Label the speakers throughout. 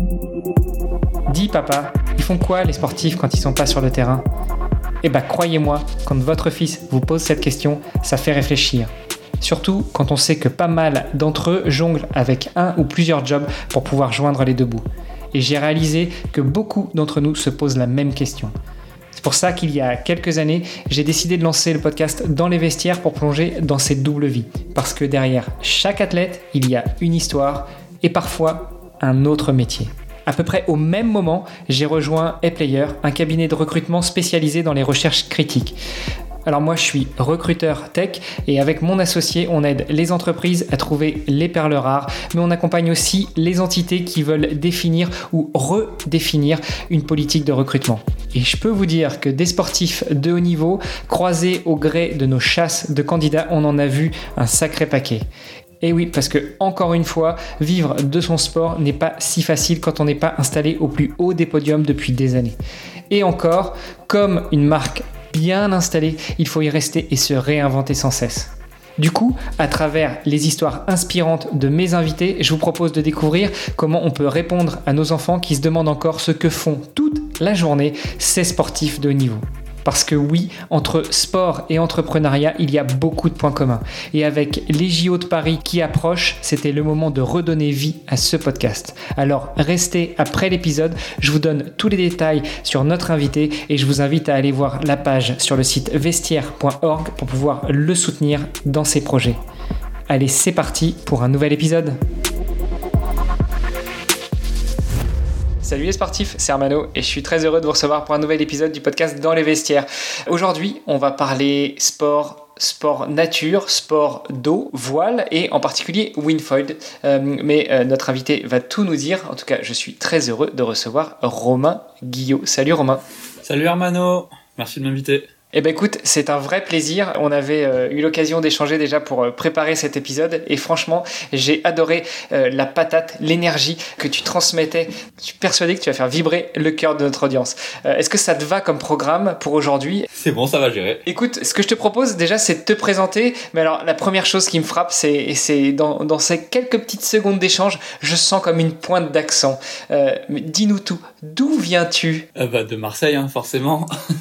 Speaker 1: Dis papa, ils font quoi les sportifs quand ils sont pas sur le terrain ? Eh ben croyez-moi, quand votre fils vous pose cette question, ça fait réfléchir. Surtout quand on sait que pas mal d'entre eux jonglent avec un ou plusieurs jobs pour pouvoir joindre les deux bouts. Et j'ai réalisé que beaucoup d'entre nous se posent la même question. C'est pour ça qu'il y a quelques années, j'ai décidé de lancer le podcast Dans les vestiaires pour plonger dans cette double vie. Parce que derrière chaque athlète, il y a une histoire et parfois un autre métier. À peu près au même moment, j'ai rejoint ePlayer, un cabinet de recrutement spécialisé dans les recherches critiques. Alors moi, je suis recruteur tech et avec mon associé, on aide les entreprises à trouver les perles rares, mais on accompagne aussi les entités qui veulent définir ou redéfinir une politique de recrutement. Et je peux vous dire que des sportifs de haut niveau, croisés au gré de nos chasses de candidats, on en a vu un sacré paquet. Et oui, parce que, encore une fois, vivre de son sport n'est pas si facile quand on n'est pas installé au plus haut des podiums depuis des années. Et encore, comme une marque bien installée, il faut y rester et se réinventer sans cesse. Du coup, à travers les histoires inspirantes de mes invités, je vous propose de découvrir comment on peut répondre à nos enfants qui se demandent encore ce que font toute la journée ces sportifs de haut niveau. Parce que oui, entre sport et entrepreneuriat, il y a beaucoup de points communs. Et avec les JO de Paris qui approchent, c'était le moment de redonner vie à ce podcast. Alors restez après l'épisode, je vous donne tous les détails sur notre invité et je vous invite à aller voir la page sur le site vestiaire.org pour pouvoir le soutenir dans ses projets. Allez, c'est parti pour un nouvel épisode. Salut les sportifs, c'est Armano et je suis très heureux de vous recevoir pour un nouvel épisode du podcast Dans les vestiaires. Aujourd'hui, on va parler sport nature, sport d'eau, voile et en particulier wingfoil. Mais notre invité va tout nous dire. En tout cas, je suis très heureux de recevoir Romain Guillot. Salut Romain.
Speaker 2: Salut Armano, merci de m'inviter.
Speaker 1: Eh ben écoute, c'est un vrai plaisir. On avait eu l'occasion d'échanger déjà pour préparer cet épisode et franchement, j'ai adoré la patate, l'énergie que tu transmettais. Je suis persuadé que tu vas faire vibrer le cœur de notre audience. Est-ce que ça te va comme programme pour aujourd'hui ?
Speaker 2: C'est bon, ça va gérer.
Speaker 1: Écoute, ce que je te propose déjà, c'est de te présenter. Mais alors, la première chose qui me frappe, c'est dans ces quelques petites secondes d'échange, je sens comme une pointe d'accent. Dis-nous tout. D'où viens-tu ?
Speaker 2: De Marseille, hein, forcément.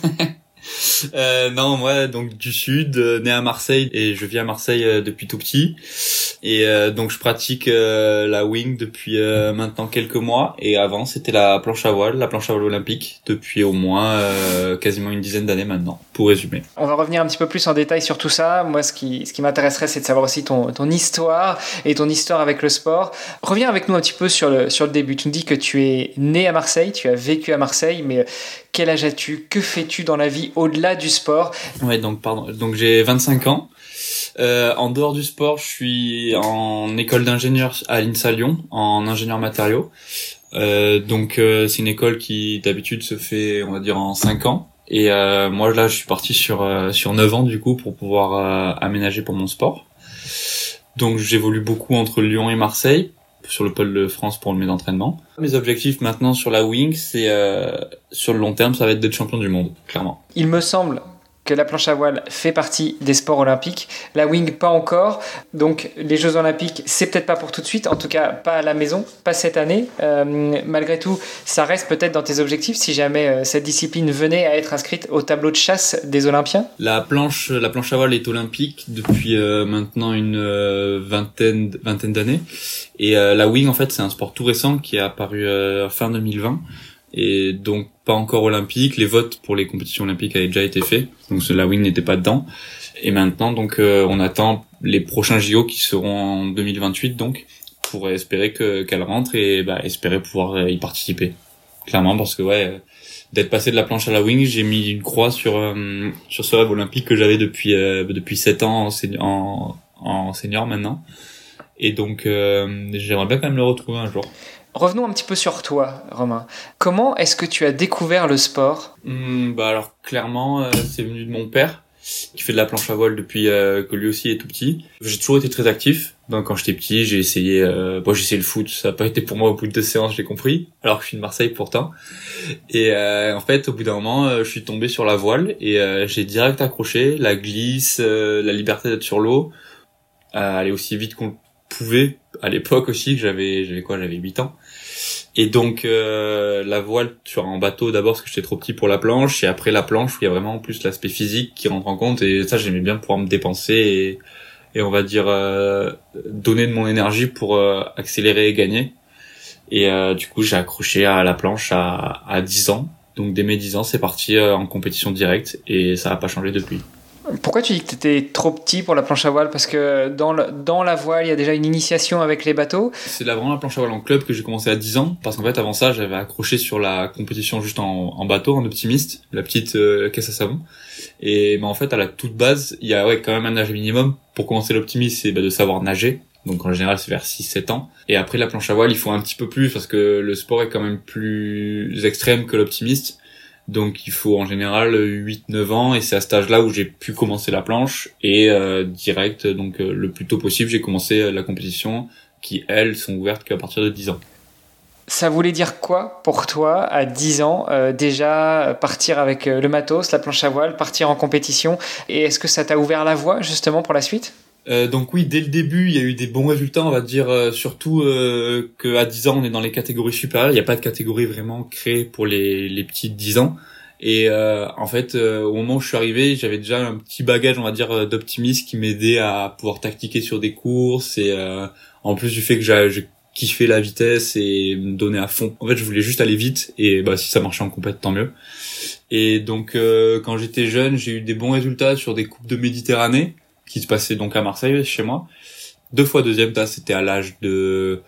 Speaker 2: Non, moi donc du sud, né à Marseille et je vis à Marseille depuis tout petit et donc je pratique la wing depuis maintenant quelques mois et avant c'était la planche à voile olympique depuis au moins quasiment une dizaine d'années maintenant, pour résumer.
Speaker 1: On va revenir un petit peu plus en détail sur tout ça. Moi ce qui m'intéresserait c'est de savoir aussi ton histoire et ton histoire avec le sport. Reviens avec nous un petit peu sur le début. Tu me dis que tu es né à Marseille, tu as vécu à Marseille, mais quel âge as-tu ? Que fais-tu dans la vie au-delà du sport ?
Speaker 2: Ouais, donc j'ai 25 ans. En dehors du sport, je suis en école d'ingénieur à l'INSA Lyon, en ingénieur matériaux. C'est une école qui d'habitude se fait, on va dire, en 5 ans. Et moi là, je suis parti sur 9 ans du coup pour pouvoir aménager pour mon sport. Donc j'évolue beaucoup entre Lyon et Marseille, sur le pôle de France pour le mes d'entraînement. Mes objectifs maintenant sur la wing, c'est sur le long terme, ça va être d'être champion du monde, clairement.
Speaker 1: Il me semble que la planche à voile fait partie des sports olympiques, la wing pas encore, donc les Jeux olympiques c'est peut-être pas pour tout de suite, en tout cas pas à la maison, pas cette année, malgré tout ça reste peut-être dans tes objectifs si jamais cette discipline venait à être inscrite au tableau de chasse des Olympiens.
Speaker 2: La planche à voile est olympique depuis maintenant une vingtaine d'années et la wing en fait c'est un sport tout récent qui est apparu fin 2020 et donc pas encore olympique. Les votes pour les compétitions olympiques avaient déjà été faits, donc la wing n'était pas dedans. Et maintenant, donc, on attend les prochains JO qui seront en 2028, donc, pour espérer qu'elle rentre et espérer pouvoir y participer. Clairement, parce que d'être passé de la planche à la wing, j'ai mis une croix sur ce rêve olympique que j'avais depuis 7 ans en senior maintenant. Et donc, j'aimerais bien quand même le retrouver un jour.
Speaker 1: Revenons un petit peu sur toi, Romain. Comment est-ce que tu as découvert le sport ?
Speaker 2: Alors clairement, c'est venu de mon père qui fait de la planche à voile depuis que lui aussi est tout petit. J'ai toujours été très actif. Donc quand j'étais petit, j'ai essayé le foot, ça n'a pas été pour moi au bout de 2 séances, j'ai compris, alors que je suis de Marseille pourtant. Et en fait, au bout d'un moment, je suis tombé sur la voile et j'ai direct accroché, la glisse, la liberté d'être sur l'eau, aller aussi vite qu'on pouvait à l'époque aussi, que j'avais 8 ans. Et donc la voile en bateau d'abord parce que j'étais trop petit pour la planche, et après la planche où il y a vraiment plus l'aspect physique qui rentre en compte, et ça j'aimais bien pouvoir me dépenser et on va dire donner de mon énergie pour accélérer et gagner. Et du coup j'ai accroché à la planche à 10 ans. Donc dès mes 10 ans c'est parti en compétition directe, et ça n'a pas changé depuis.
Speaker 1: Pourquoi tu dis que tu étais trop petit pour la planche à voile? Parce que dans la voile, il y a déjà une initiation avec les bateaux.
Speaker 2: C'est vraiment la planche à voile en club que j'ai commencé à 10 ans, parce qu'en fait avant ça j'avais accroché sur la compétition juste en bateau, en optimiste, la petite caisse à savon. Et en fait à la toute base, il y a quand même un nage minimum. Pour commencer l'optimiste, c'est de savoir nager. Donc en général c'est vers 6-7 ans. Et après la planche à voile, il faut un petit peu plus, parce que le sport est quand même plus extrême que l'optimiste. Donc il faut en général 8-9 ans, et c'est à cet âge-là où j'ai pu commencer la planche, et direct, donc le plus tôt possible, j'ai commencé la compétition, qui elles sont ouvertes qu'à partir de 10 ans.
Speaker 1: Ça voulait dire quoi pour toi à 10 ans, déjà partir avec le matos, la planche à voile, partir en compétition, et est-ce que ça t'a ouvert la voie justement pour la suite?
Speaker 2: Donc oui, dès le début, il y a eu des bons résultats, on va dire, surtout qu'à 10 ans, on est dans les catégories supérieures. Il n'y a pas de catégorie vraiment créée pour les petits de 10 ans. Et en fait, au moment où je suis arrivé, j'avais déjà un petit bagage, on va dire, d'optimisme qui m'aidait à pouvoir tactiquer sur des courses, et en plus du fait que je kiffais la vitesse et me donner à fond. En fait, je voulais juste aller vite, et si ça marchait en compète, tant mieux. Et donc, quand j'étais jeune, j'ai eu des bons résultats sur des coupes de Méditerranée, qui se passait donc à Marseille, chez moi. 2 fois deuxième tasse, c'était à l'âge de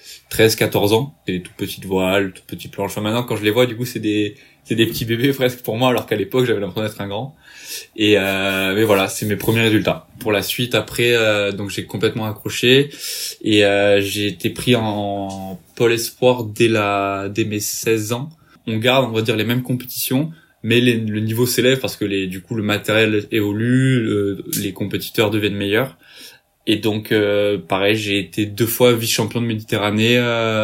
Speaker 2: 13-14 ans. C'était des toutes petites voiles, toutes petites planches. Enfin, maintenant, quand je les vois, du coup, c'est des petits bébés presque pour moi, alors qu'à l'époque, j'avais l'impression d'être un grand. Et mais voilà, c'est mes premiers résultats. Pour la suite, après, donc j'ai complètement accroché, et j'ai été pris en pôle espoir dès mes 16 ans. On garde, on va dire, les mêmes compétitions, mais le niveau s'élève parce que du coup le matériel évolue, les compétiteurs deviennent meilleurs. Et donc pareil, j'ai été 2 fois vice-champion de Méditerranée,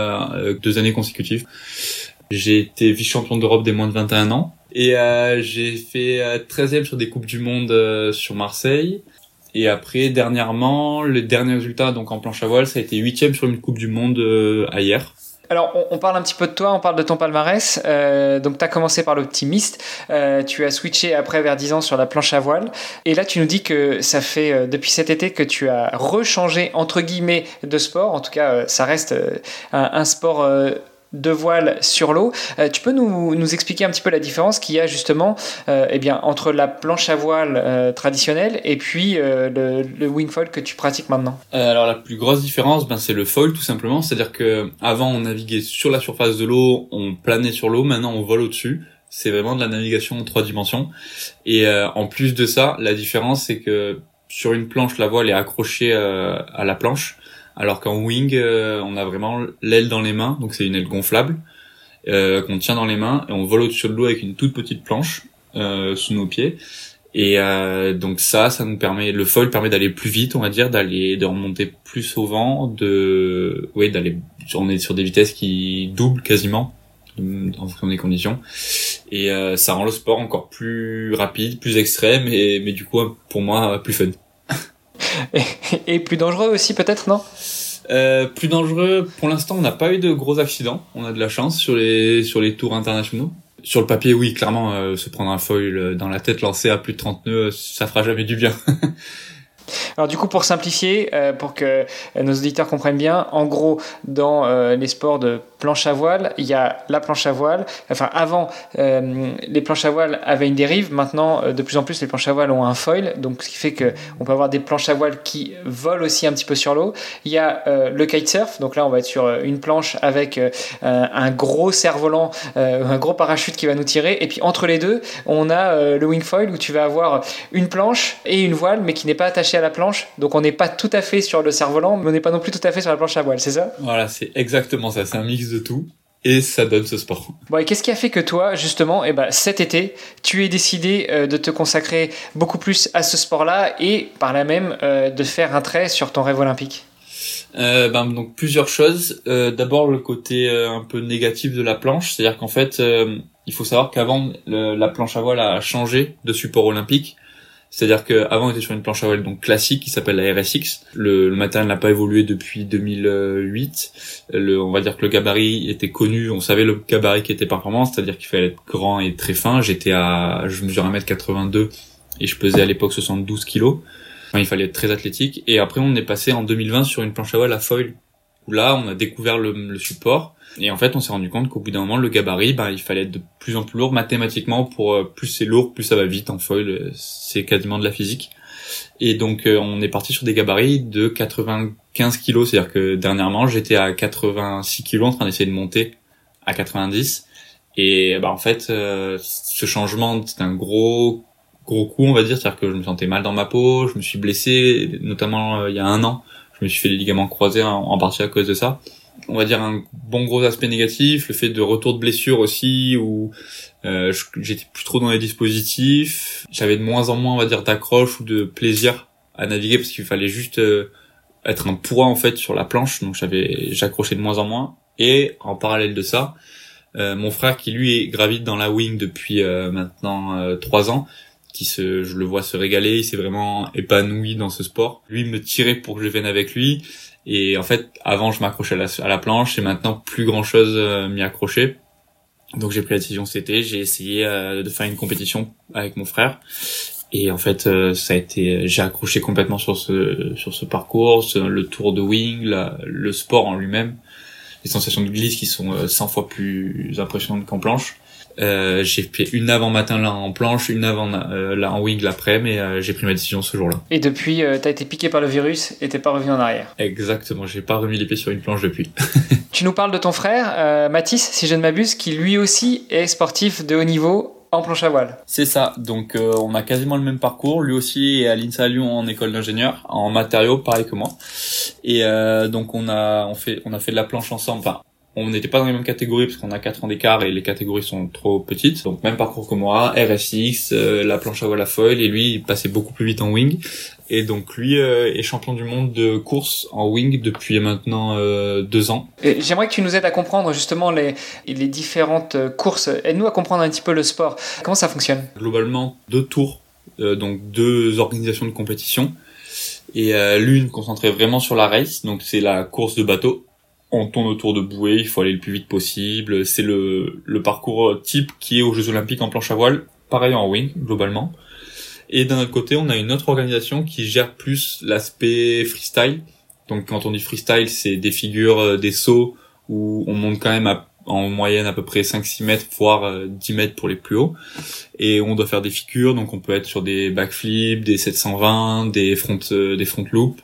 Speaker 2: 2 années consécutives. J'ai été vice-champion d'Europe des moins de 21 ans, et j'ai fait 13e sur des coupes du monde sur Marseille. Et après, dernièrement, le dernier résultat donc en planche à voile, ça a été 8e sur une coupe du monde à Hyères.
Speaker 1: Alors, on parle un petit peu de toi, on parle de ton palmarès. Donc, tu as commencé par l'optimiste, tu as switché après vers 10 ans sur la planche à voile. Et là, tu nous dis que ça fait depuis cet été que tu as rechangé, entre guillemets, de sport. En tout cas, ça reste un sport de voile sur l'eau. Tu peux nous expliquer un petit peu la différence qu'il y a justement entre la planche à voile traditionnelle et puis le wing foil que tu pratiques maintenant?
Speaker 2: Alors la plus grosse différence, c'est le foil tout simplement. C'est-à-dire que avant on naviguait sur la surface de l'eau, on planait sur l'eau, maintenant on vole au-dessus. C'est vraiment de la navigation en 3 dimensions. Et en plus de ça, la différence c'est que sur une planche, la voile est accrochée à la planche, alors qu'en wing, on a vraiment l'aile dans les mains, donc c'est une aile gonflable qu'on tient dans les mains, et on vole au-dessus de l'eau avec une toute petite planche sous nos pieds. Et donc ça nous permet, le foil permet d'aller plus vite, on va dire, de remonter plus au vent, on est sur des vitesses qui doublent quasiment en fonction des conditions, et ça rend le sport encore plus rapide, plus extrême, mais du coup pour moi plus fun.
Speaker 1: Et plus dangereux aussi peut-être, non?
Speaker 2: Plus dangereux, pour l'instant on n'a pas eu de gros accidents, on a de la chance sur les tours internationaux. Sur le papier, oui, clairement, se prendre un foil dans la tête lancé à plus de 30 nœuds, ça fera jamais du bien.
Speaker 1: Alors du coup, pour simplifier, pour que nos auditeurs comprennent bien, en gros, dans les sports de planche à voile, il y a la planche à voile. Enfin, avant, les planches à voile avaient une dérive. Maintenant, de plus en plus, les planches à voile ont un foil. Donc, ce qui fait qu'on peut avoir des planches à voile qui volent aussi un petit peu sur l'eau. Il y a le kitesurf. Donc là, on va être sur une planche avec un gros cerf-volant, un gros parachute qui va nous tirer. Et puis, entre les deux, on a le wing foil où tu vas avoir une planche et une voile, mais qui n'est pas attachée à la planche. Donc, on n'est pas tout à fait sur le cerf-volant, mais on n'est pas non plus tout à fait sur la planche à voile. C'est ça?
Speaker 2: Voilà, c'est exactement ça. C'est un mix de tout. Et ça donne ce sport.
Speaker 1: Bon, et qu'est-ce qui a fait que toi, justement, cet été, tu aies décidé de te consacrer beaucoup plus à ce sport-là et par là même de faire un trait sur ton rêve olympique?
Speaker 2: Donc plusieurs choses. D'abord le côté un peu négatif de la planche, c'est-à-dire qu'en fait, il faut savoir qu'avant la planche à voile a changé de support olympique. C'est-à-dire que avant on était sur une planche à voile donc classique qui s'appelle la RSX. Le matériel n'a pas évolué depuis 2008. On va dire que le gabarit était connu, on savait le gabarit qui était performant, c'est-à-dire qu'il fallait être grand et très fin. Je mesure 1m82 et je pesais à l'époque 72 kilos. Enfin, il fallait être très athlétique. Et après on est passé en 2020 sur une planche à voile à foil, où là on a découvert le support. Et en fait, on s'est rendu compte qu'au bout d'un moment, le gabarit, il fallait être de plus en plus lourd mathématiquement plus c'est lourd, plus ça va vite en foil. C'est quasiment de la physique. Et donc, on est parti sur des gabarits de 95 kilos. C'est-à-dire que dernièrement, j'étais à 86 kilos en train d'essayer de monter à 90. Et en fait, ce changement, c'était un gros coup, on va dire. C'est-à-dire que je me sentais mal dans ma peau, je me suis blessé, notamment il y a 1 an. Je me suis fait les ligaments croisés en partie à cause de ça. On va dire un bon gros aspect négatif, le fait de retour de blessure aussi, où j'étais plus trop dans les dispositifs, j'avais de moins en moins on va dire d'accroche ou de plaisir à naviguer parce qu'il fallait juste être un poids en fait sur la planche, donc j'accrochais de moins en moins. Et en parallèle de ça, mon frère qui lui est gravite dans la wing depuis maintenant 3 ans, je le vois se régaler, il s'est vraiment épanoui dans ce sport. Lui me tirait pour que je vienne avec lui. Et en fait, avant, je m'accrochais à la planche et maintenant, plus grand chose m'y accrochait. Donc, j'ai pris la décision cet été. J'ai essayé de faire une compétition avec mon frère. Et en fait, j'ai accroché complètement sur ce parcours, le tour de wing, le sport en lui-même, les sensations de glisse qui sont 100 fois plus impressionnantes qu'en planche. J'ai fait une avant matin là en planche, une avant là en wing l'après, mais j'ai pris ma décision ce jour-là.
Speaker 1: Et depuis, t'as été piqué par le virus et t'es pas revenu en arrière.
Speaker 2: Exactement, j'ai pas remis les pieds sur une planche depuis.
Speaker 1: Tu nous parles de ton frère, Mathis, si je ne m'abuse, qui lui aussi est sportif de haut niveau en planche à voile.
Speaker 2: C'est ça, donc on a quasiment le même parcours, lui aussi est à l'INSA Lyon en école d'ingénieur, en matériaux, pareil que moi. Et donc on a fait de la planche ensemble, enfin on n'était pas dans les mêmes catégories parce qu'on a 4 ans d'écart et les catégories sont trop petites. Donc même parcours que moi, RSX, la planche à voile à foil, et lui il passait beaucoup plus vite en wing. Et donc lui est champion du monde de course en wing depuis maintenant 2 ans.
Speaker 1: Et j'aimerais que tu nous aides à comprendre justement les différentes courses. Aide-nous à comprendre un petit peu le sport. Comment ça fonctionne ?
Speaker 2: Globalement 2 tours, donc 2 organisations de compétition. Et l'une concentrée vraiment sur la race, donc c'est la course de bateau. On tourne autour de bouées, il faut aller le plus vite possible. C'est le parcours type qui est aux Jeux Olympiques en planche à voile, pareil en wing, globalement. Et d'un autre côté, on a une autre organisation qui gère plus l'aspect freestyle. Donc quand on dit freestyle, c'est des figures, des sauts, où on monte quand même en moyenne à peu près 5-6 mètres, voire 10 mètres pour les plus hauts. Et on doit faire des figures, donc on peut être sur des backflips, des 720, des front loops.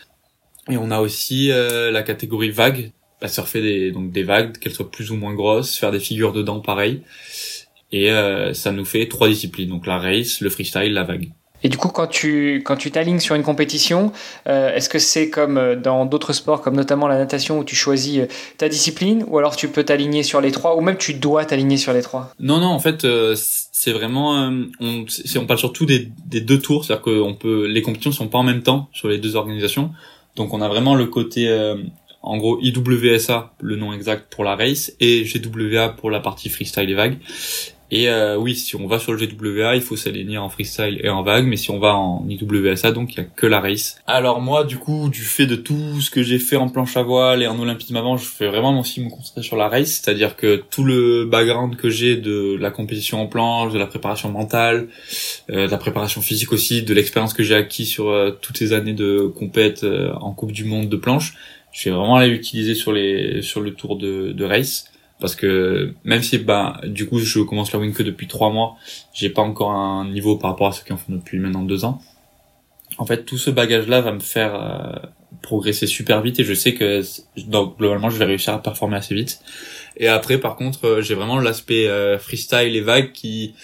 Speaker 2: Et on a aussi la catégorie vague, surfer des vagues, qu'elles soient plus ou moins grosses, faire des figures dedans pareil. Et ça nous fait 3 disciplines, donc la race, le freestyle, la vague.
Speaker 1: Et du coup, quand tu t'alignes sur une compétition, est-ce que c'est comme dans d'autres sports, comme notamment la natation, où tu choisis ta discipline, ou alors tu peux t'aligner sur les 3, ou même tu dois t'aligner sur les 3 ?
Speaker 2: Non, en fait, c'est vraiment... on parle surtout des 2 tours, c'est-à-dire que les compétitions sont pas en même temps sur les 2 organisations. Donc on a vraiment le côté... en gros, IWSA, le nom exact pour la race, et GWA pour la partie freestyle et vague. Et oui, si on va sur le GWA, il faut s'aligner en freestyle et en vague, mais si on va en IWSA, donc il y a que la race. Alors moi, du coup, du fait de tout ce que j'ai fait en planche à voile et en olympisme avant, je fais vraiment aussi me concentrer sur la race, c'est-à-dire que tout le background que j'ai de la compétition en planche, de la préparation mentale, de la préparation physique aussi, de l'expérience que j'ai acquis sur toutes ces années de compète en Coupe du Monde de planche, je vais vraiment l'utiliser sur le tour de race. Parce que même si du coup je commence la wing que depuis 3 mois, j'ai pas encore un niveau par rapport à ceux qui en font depuis maintenant 2 ans. En fait, tout ce bagage-là va me faire progresser super vite et je sais que donc globalement je vais réussir à performer assez vite. Et après par contre j'ai vraiment l'aspect freestyle et vague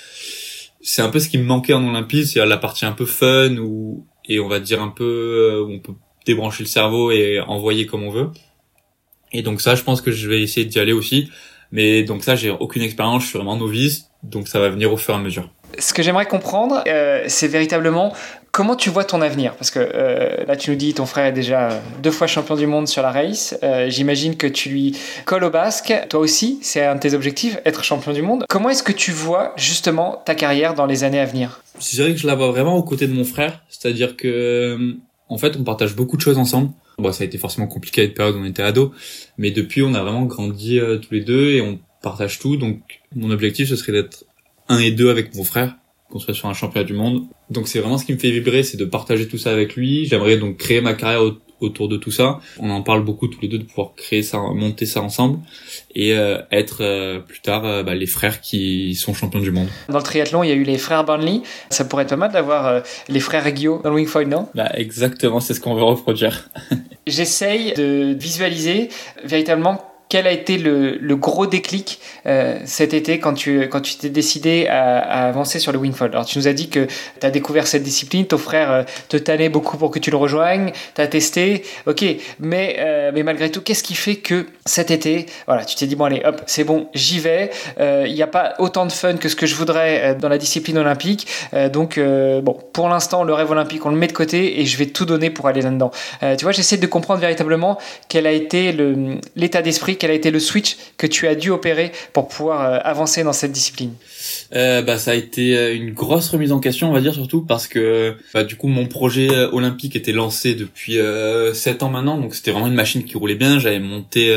Speaker 2: c'est un peu ce qui me manquait en olympisme, c'est la partie un peu fun et on va dire un peu où on peut débrancher le cerveau et envoyer comme on veut. Et donc ça, je pense que je vais essayer d'y aller aussi. Mais donc ça, j'ai aucune expérience, je suis vraiment novice. Donc ça va venir au fur et à mesure.
Speaker 1: Ce que j'aimerais comprendre, c'est véritablement Comment tu vois ton avenir? Parce que là, tu nous dis ton frère est déjà 2 fois champion du monde sur la race. J'imagine que tu lui colles au basque. Toi aussi, c'est un de tes objectifs, être champion du monde. Comment est-ce que tu vois justement ta carrière dans les années à venir?
Speaker 2: Je dirais que je la vois vraiment aux côtés de mon frère. C'est-à-dire que, en fait, on partage beaucoup de choses ensemble. Bon, ça a été forcément compliqué à une période où on était ados. Mais depuis, on a vraiment grandi tous les deux et on partage tout. Donc, mon objectif, ce serait d'être 1 et 2 avec mon frère, qu'on soit sur un championnat du monde. Donc c'est vraiment ce qui me fait vibrer, c'est de partager tout ça avec lui. J'aimerais donc créer ma carrière autour de tout ça. On en parle beaucoup tous les deux de pouvoir créer ça, monter ça ensemble et être plus tard les frères qui sont champions du monde.
Speaker 1: Dans le triathlon, il y a eu les frères Burnley. Ça pourrait être pas mal d'avoir les frères Guillaume dans le Wingfoil, non?
Speaker 2: Exactement, c'est ce qu'on veut reproduire.
Speaker 1: J'essaye de visualiser véritablement quel a été le gros déclic cet été quand tu t'es décidé à avancer sur le Wingfoil? Alors tu nous as dit que tu as découvert cette discipline, ton frère te tannait beaucoup pour que tu le rejoignes, tu as testé, ok, mais malgré tout, qu'est-ce qui fait que cet été, voilà, tu t'es dit bon allez hop, c'est bon, j'y vais, il n'y a pas autant de fun que ce que je voudrais dans la discipline olympique, donc bon, pour l'instant le rêve olympique on le met de côté et je vais tout donner pour aller là-dedans. Tu vois, j'essaie de comprendre véritablement quel a été l'état d'esprit, quel a été le switch que tu as dû opérer pour pouvoir avancer dans cette discipline?
Speaker 2: Ça a été une grosse remise en question, on va dire, surtout parce que du coup mon projet olympique était lancé depuis 7 ans maintenant, donc c'était vraiment une machine qui roulait bien. J'avais monté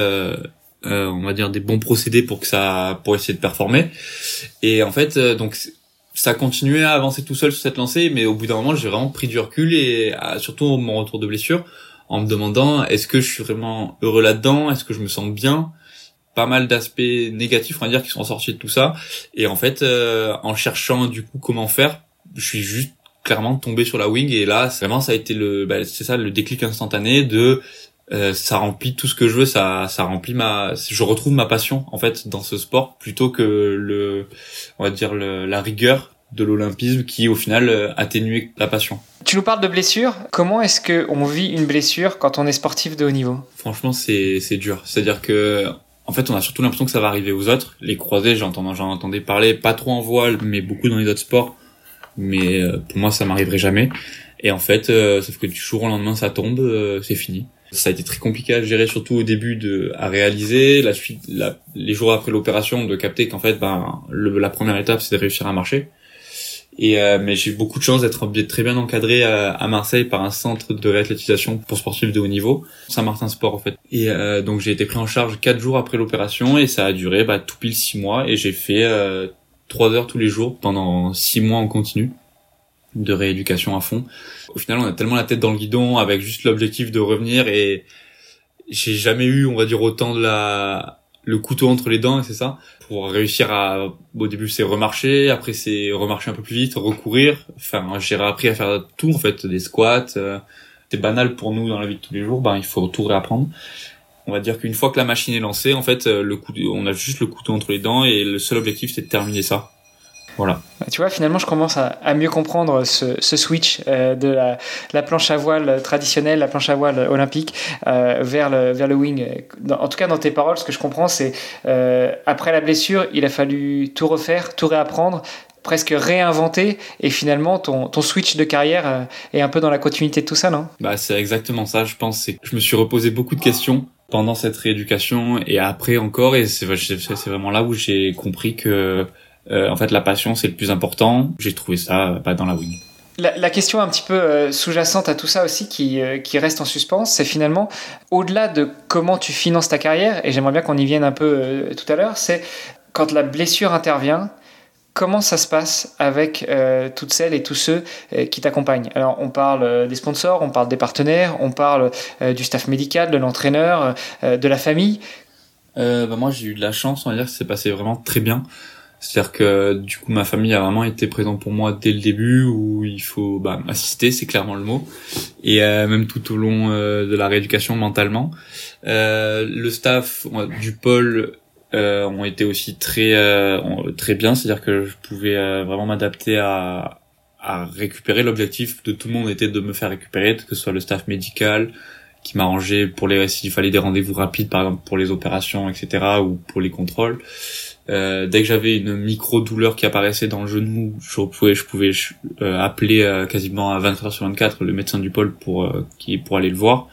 Speaker 2: on va dire des bons procédés pour essayer de performer, et en fait donc ça continuait à avancer tout seul sur cette lancée, mais au bout d'un moment j'ai vraiment pris du recul et surtout mon retour de blessure, en me demandant est-ce que je suis vraiment heureux là-dedans, est-ce que je me sens bien. Pas mal d'aspects négatifs, on va dire, qui sont sortis de tout ça. Et en fait, en cherchant du coup comment faire, je suis juste clairement tombé sur la wing. Et là, vraiment, ça a été le déclic instantané de ça remplit tout ce que je veux, ça remplit je retrouve ma passion en fait dans ce sport plutôt que la rigueur de l'olympisme qui au final atténuait la passion.
Speaker 1: Tu nous parles de blessure. Comment est-ce qu'on vit une blessure quand on est sportif de haut niveau?
Speaker 2: Franchement, c'est dur. C'est-à-dire que en fait, on a surtout l'impression que ça va arriver aux autres. Les croisés, j'en entendais parler, pas trop en voile, mais beaucoup dans les autres sports. Mais pour moi, ça m'arriverait jamais. Et en fait, sauf que du jour au lendemain, ça tombe, c'est fini. Ça a été très compliqué à gérer, surtout au début, à réaliser. La suite, les jours après l'opération, de capter qu'en fait, la première étape, c'est de réussir à marcher. Et mais j'ai eu beaucoup de chance d'être très bien encadré à Marseille par un centre de réathlétisation pour sportifs de haut niveau, Saint-Martin Sport en fait. Et donc j'ai été pris en charge 4 jours après l'opération et ça a duré tout pile 6 mois et j'ai fait 3 heures tous les jours pendant 6 mois en continu de rééducation à fond. Au final, on a tellement la tête dans le guidon avec juste l'objectif de revenir et j'ai jamais eu, on va dire, autant le couteau entre les dents, et c'est ça, pour réussir au début c'est remarcher, après c'est remarcher un peu plus vite, recourir, enfin j'ai appris à faire tout en fait, des squats, c'est banal pour nous dans la vie de tous les jours, il faut tout réapprendre. On va dire qu'une fois que la machine est lancée, en fait on a juste le couteau entre les dents et le seul objectif c'est de terminer ça. Voilà.
Speaker 1: Tu vois, finalement, je commence à mieux comprendre ce switch de la planche à voile traditionnelle, la planche à voile olympique, vers le wing. En tout cas, dans tes paroles, ce que je comprends, c'est après la blessure, il a fallu tout refaire, tout réapprendre, presque réinventer, et finalement, ton switch de carrière est un peu dans la continuité de tout ça, non?
Speaker 2: C'est exactement ça, je pense. Je me suis reposé beaucoup de questions pendant cette rééducation et après encore, et c'est vraiment là où j'ai compris que en fait la passion c'est le plus important. J'ai trouvé ça dans la wing.
Speaker 1: La question un petit peu sous-jacente à tout ça aussi qui reste en suspens, c'est finalement au-delà de comment tu finances ta carrière, et j'aimerais bien qu'on y vienne un peu tout à l'heure, c'est quand la blessure intervient, comment ça se passe avec toutes celles et tous ceux qui t'accompagnent? Alors on parle des sponsors, on parle des partenaires, on parle du staff médical, de l'entraîneur, de la famille.
Speaker 2: Moi j'ai eu de la chance, on va dire que c'est passé vraiment très bien. C'est-à-dire que du coup ma famille a vraiment été présente pour moi dès le début, où il faut m'assister, c'est clairement le mot, et même tout au long de la rééducation mentalement. Le staff du pôle ont été aussi très bien, c'est-à-dire que je pouvais vraiment m'adapter à récupérer. L'objectif de tout le monde était de me faire récupérer, que ce soit le staff médical qui m'arrangeait pour s'il fallait des rendez-vous rapides, par exemple pour les opérations, etc., ou pour les contrôles. Dès que j'avais une micro-douleur qui apparaissait dans le genou, je pouvais appeler quasiment à 24 heures sur 24 le médecin du pôle pour aller le voir.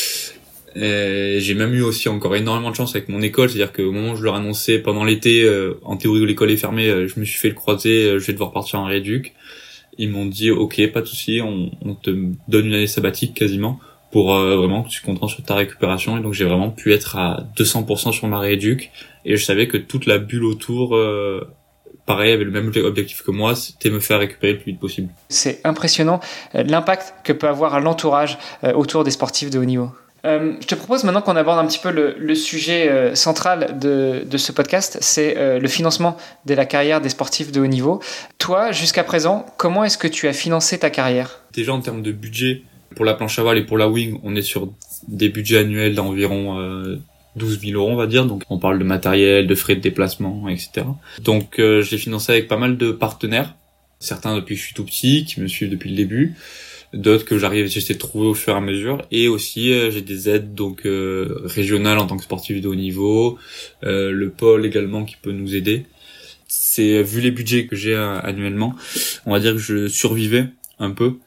Speaker 2: J'ai même eu aussi encore énormément de chance avec mon école, c'est-à-dire qu'au moment où je leur annonçais pendant l'été, en théorie où l'école est fermée, je me suis fait le croiser, je vais devoir partir en rééduc. Ils m'ont dit ok, pas de souci, on te donne une année sabbatique quasiment pour vraiment que tu te concentres sur ta récupération. Et donc j'ai vraiment pu être à 200% sur ma rééduc, et je savais que toute la bulle autour pareil, avait le même objectif que moi, c'était me faire récupérer le plus vite possible.
Speaker 1: C'est impressionnant l'impact que peut avoir l'entourage autour des sportifs de haut niveau. Je te propose maintenant qu'on aborde un petit peu le sujet central de ce podcast, c'est le financement de la carrière des sportifs de haut niveau. Toi, jusqu'à présent, comment est-ce que tu as financé ta carrière ?
Speaker 2: Déjà en termes de budget, pour la planche à voile et pour la wing, on est sur des budgets annuels d'environ 12 000 euros, on va dire. Donc on parle de matériel, de frais de déplacement, etc. Donc je l'ai financé avec pas mal de partenaires, certains depuis que je suis tout petit, qui me suivent depuis le début, d'autres que j'essaie de trouver au fur et à mesure, et aussi j'ai des aides donc régionales en tant que sportif de haut niveau, le pôle également qui peut nous aider. C'est vu les budgets que j'ai annuellement, on va dire que je survivais un peu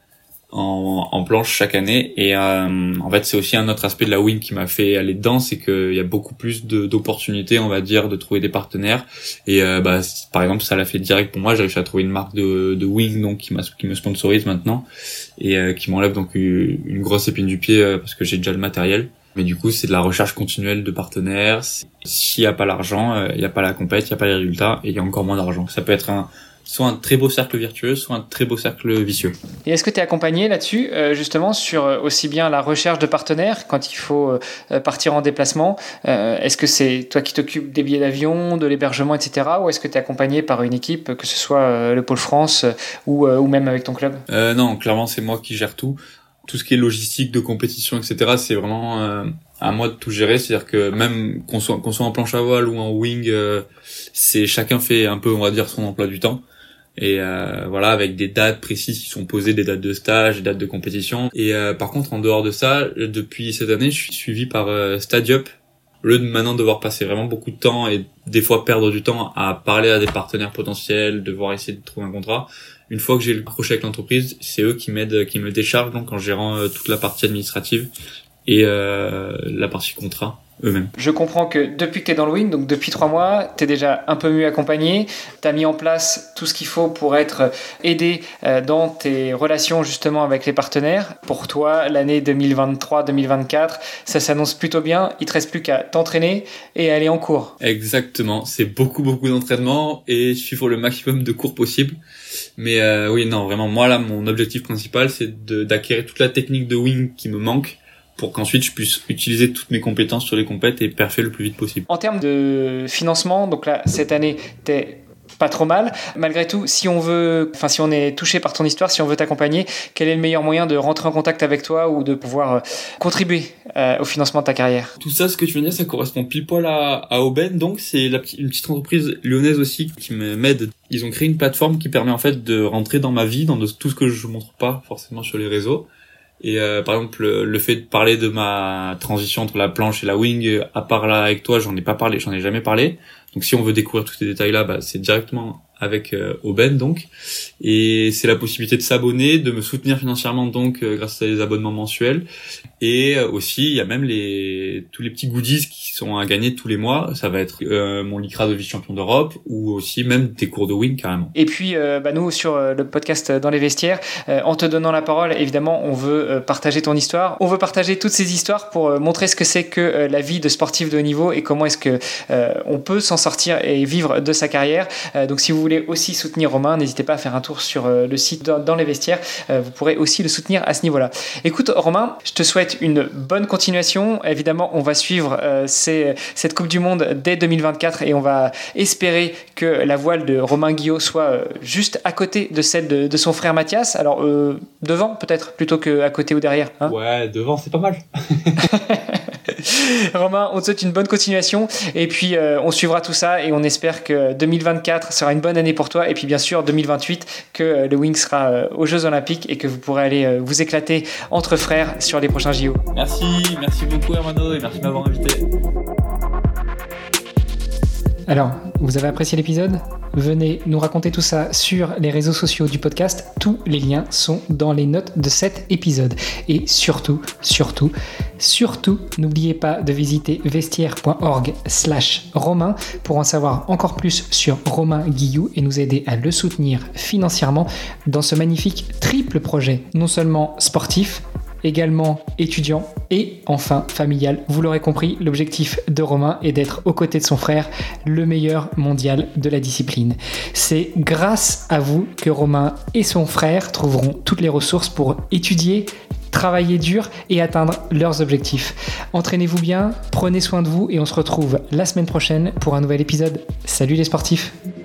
Speaker 2: en planche chaque année, et en fait c'est aussi un autre aspect de la wing qui m'a fait aller dedans, c'est qu'il y a beaucoup plus d'opportunités, on va dire, de trouver des partenaires, et par exemple ça l'a fait direct pour moi. J'ai réussi à trouver une marque de wing donc qui me sponsorise maintenant, et qui m'enlève donc une grosse épine du pied parce que j'ai déjà le matériel. Mais du coup c'est de la recherche continuelle de partenaires. S'il y a pas l'argent, il y a pas la compète, il y a pas les résultats, et il y a encore moins d'argent. Ça peut être soit un très beau cercle vertueux, soit un très beau cercle vicieux.
Speaker 1: Et est-ce que tu es accompagné là-dessus, justement, sur aussi bien la recherche de partenaires, quand il faut partir en déplacement, est-ce que c'est toi qui t'occupes des billets d'avion, de l'hébergement, etc., ou est-ce que tu es accompagné par une équipe, que ce soit le Pôle France ou même avec ton club ?
Speaker 2: Non, clairement, c'est moi qui gère tout. Tout ce qui est logistique de compétition, etc., c'est vraiment à moi de tout gérer. C'est-à-dire que même qu'on soit en planche à voile ou en wing, c'est chacun fait un peu, on va dire, son emploi du temps. Et voilà, avec des dates précises qui sont posées, des dates de stage, des dates de compétition. Et par contre, en dehors de ça, depuis cette année, je suis suivi par Stadiup. Au lieu de maintenant devoir passer vraiment beaucoup de temps et des fois perdre du temps à parler à des partenaires potentiels, devoir essayer de trouver un contrat, une fois que j'ai le accroché avec l'entreprise, c'est eux qui m'aident, qui me déchargent donc en gérant toute la partie administrative et la partie contrat eux-mêmes.
Speaker 1: Je comprends que depuis que tu es dans le wing, donc depuis 3 mois, tu es déjà un peu mieux accompagné, tu as mis en place tout ce qu'il faut pour être aidé dans tes relations justement avec les partenaires. Pour toi, l'année 2023-2024, ça s'annonce plutôt bien, il te reste plus qu'à t'entraîner et aller en cours.
Speaker 2: Exactement, c'est beaucoup d'entraînement et suivre le maximum de cours possible. Mais oui, non, vraiment, moi là, mon objectif principal, c'est d'acquérir toute la technique de wing qui me manque, pour qu'ensuite je puisse utiliser toutes mes compétences sur les compètes et perfer le plus vite possible.
Speaker 1: En termes de financement, donc là, cette année, t'es pas trop mal. Malgré tout, si on est touché par ton histoire, si on veut t'accompagner, quel est le meilleur moyen de rentrer en contact avec toi ou de pouvoir contribuer au financement de ta carrière ?
Speaker 2: Tout ça, ce que tu viens de dire, ça correspond pile poil à Aubaine. Donc, c'est une petite entreprise lyonnaise aussi qui m'aide. Ils ont créé une plateforme qui permet en fait de rentrer dans ma vie, dans tout ce que je montre pas forcément sur les réseaux. Et par exemple, le fait de parler de ma transition entre la planche et la wing, à part là avec toi, j'en ai jamais parlé. Donc si on veut découvrir tous ces détails-là, c'est directement avec Aubaine donc. Et c'est la possibilité de s'abonner, de me soutenir financièrement donc grâce à des abonnements mensuels. Et aussi, il y a même tous les petits goodies qui sont à gagner tous les mois. Ça va être mon lycra de vice-champion d'Europe ou aussi même des cours de wing carrément.
Speaker 1: Et puis, nous, sur le podcast Dans les vestiaires, en te donnant la parole, évidemment, on veut partager ton histoire. On veut partager toutes ces histoires pour montrer ce que c'est que la vie de sportif de haut niveau et comment est-ce que on peut s'en sortir et vivre de sa carrière. Donc, si vous voulez aussi soutenir Romain, n'hésitez pas à faire un tour sur le site Dans les vestiaires. Vous pourrez aussi le soutenir à ce niveau-là. Écoute, Romain, je te souhaite une bonne continuation. Évidemment, on va suivre cette Coupe du Monde dès 2024 et on va espérer que la voile de Romain Guillot soit juste à côté de celle de son frère Mathias. Alors, devant peut-être, plutôt qu'à côté ou derrière.
Speaker 2: Ouais, devant, c'est pas mal.
Speaker 1: Romain, on te souhaite une bonne continuation et puis on suivra tout ça et on espère que 2024 sera une bonne année pour toi et puis bien sûr 2028 que le Wing sera aux Jeux Olympiques et que vous pourrez aller vous éclater entre frères sur les prochains JO.
Speaker 2: Merci beaucoup Hermano et merci de m'avoir invité.
Speaker 1: Alors, vous avez apprécié l'épisode ? Venez nous raconter tout ça sur les réseaux sociaux du podcast. Tous les liens sont dans les notes de cet épisode. Et surtout, n'oubliez pas de visiter vestiaire.org/Romain pour en savoir encore plus sur Romain Guillou et nous aider à le soutenir financièrement dans ce magnifique triple projet, non seulement sportif, également étudiant et enfin familial. Vous l'aurez compris, l'objectif de Romain est d'être aux côtés de son frère, le meilleur mondial de la discipline. C'est grâce à vous que Romain et son frère trouveront toutes les ressources pour étudier, travailler dur et atteindre leurs objectifs. Entraînez-vous bien, prenez soin de vous et on se retrouve la semaine prochaine pour un nouvel épisode. Salut les sportifs!